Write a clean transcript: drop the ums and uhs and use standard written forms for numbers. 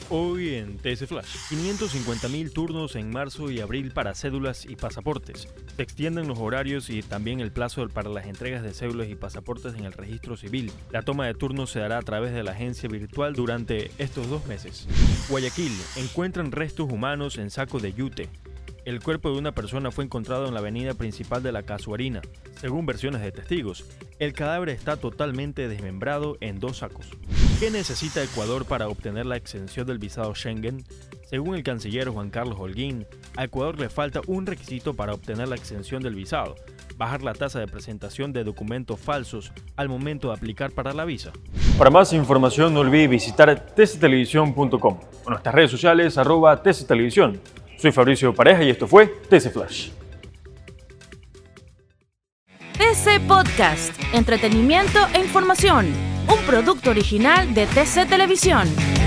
Hoy en TC Flash, 550.000 turnos en marzo y abril para cédulas y pasaportes. Se extienden los horarios y también el plazo para las entregas de cédulas y pasaportes en el registro civil. La toma de turnos se dará a través de la agencia virtual durante estos 2 meses. Guayaquil, encuentran restos humanos en saco de yute. El cuerpo de una persona fue encontrado en la avenida principal de la Casuarina. Según versiones de testigos, el cadáver está totalmente desmembrado en 2 sacos. ¿Qué necesita Ecuador para obtener la exención del visado Schengen? Según el canciller Juan Carlos Holguín, a Ecuador le falta un requisito para obtener la exención del visado: bajar la tasa de presentación de documentos falsos al momento de aplicar para la visa. Para más información no olvide visitar tctelevisión.com o nuestras redes sociales @tctelevisión. Soy Fabricio Pareja y esto fue TC Flash. TC Podcast, entretenimiento e información, un producto original de TC Televisión.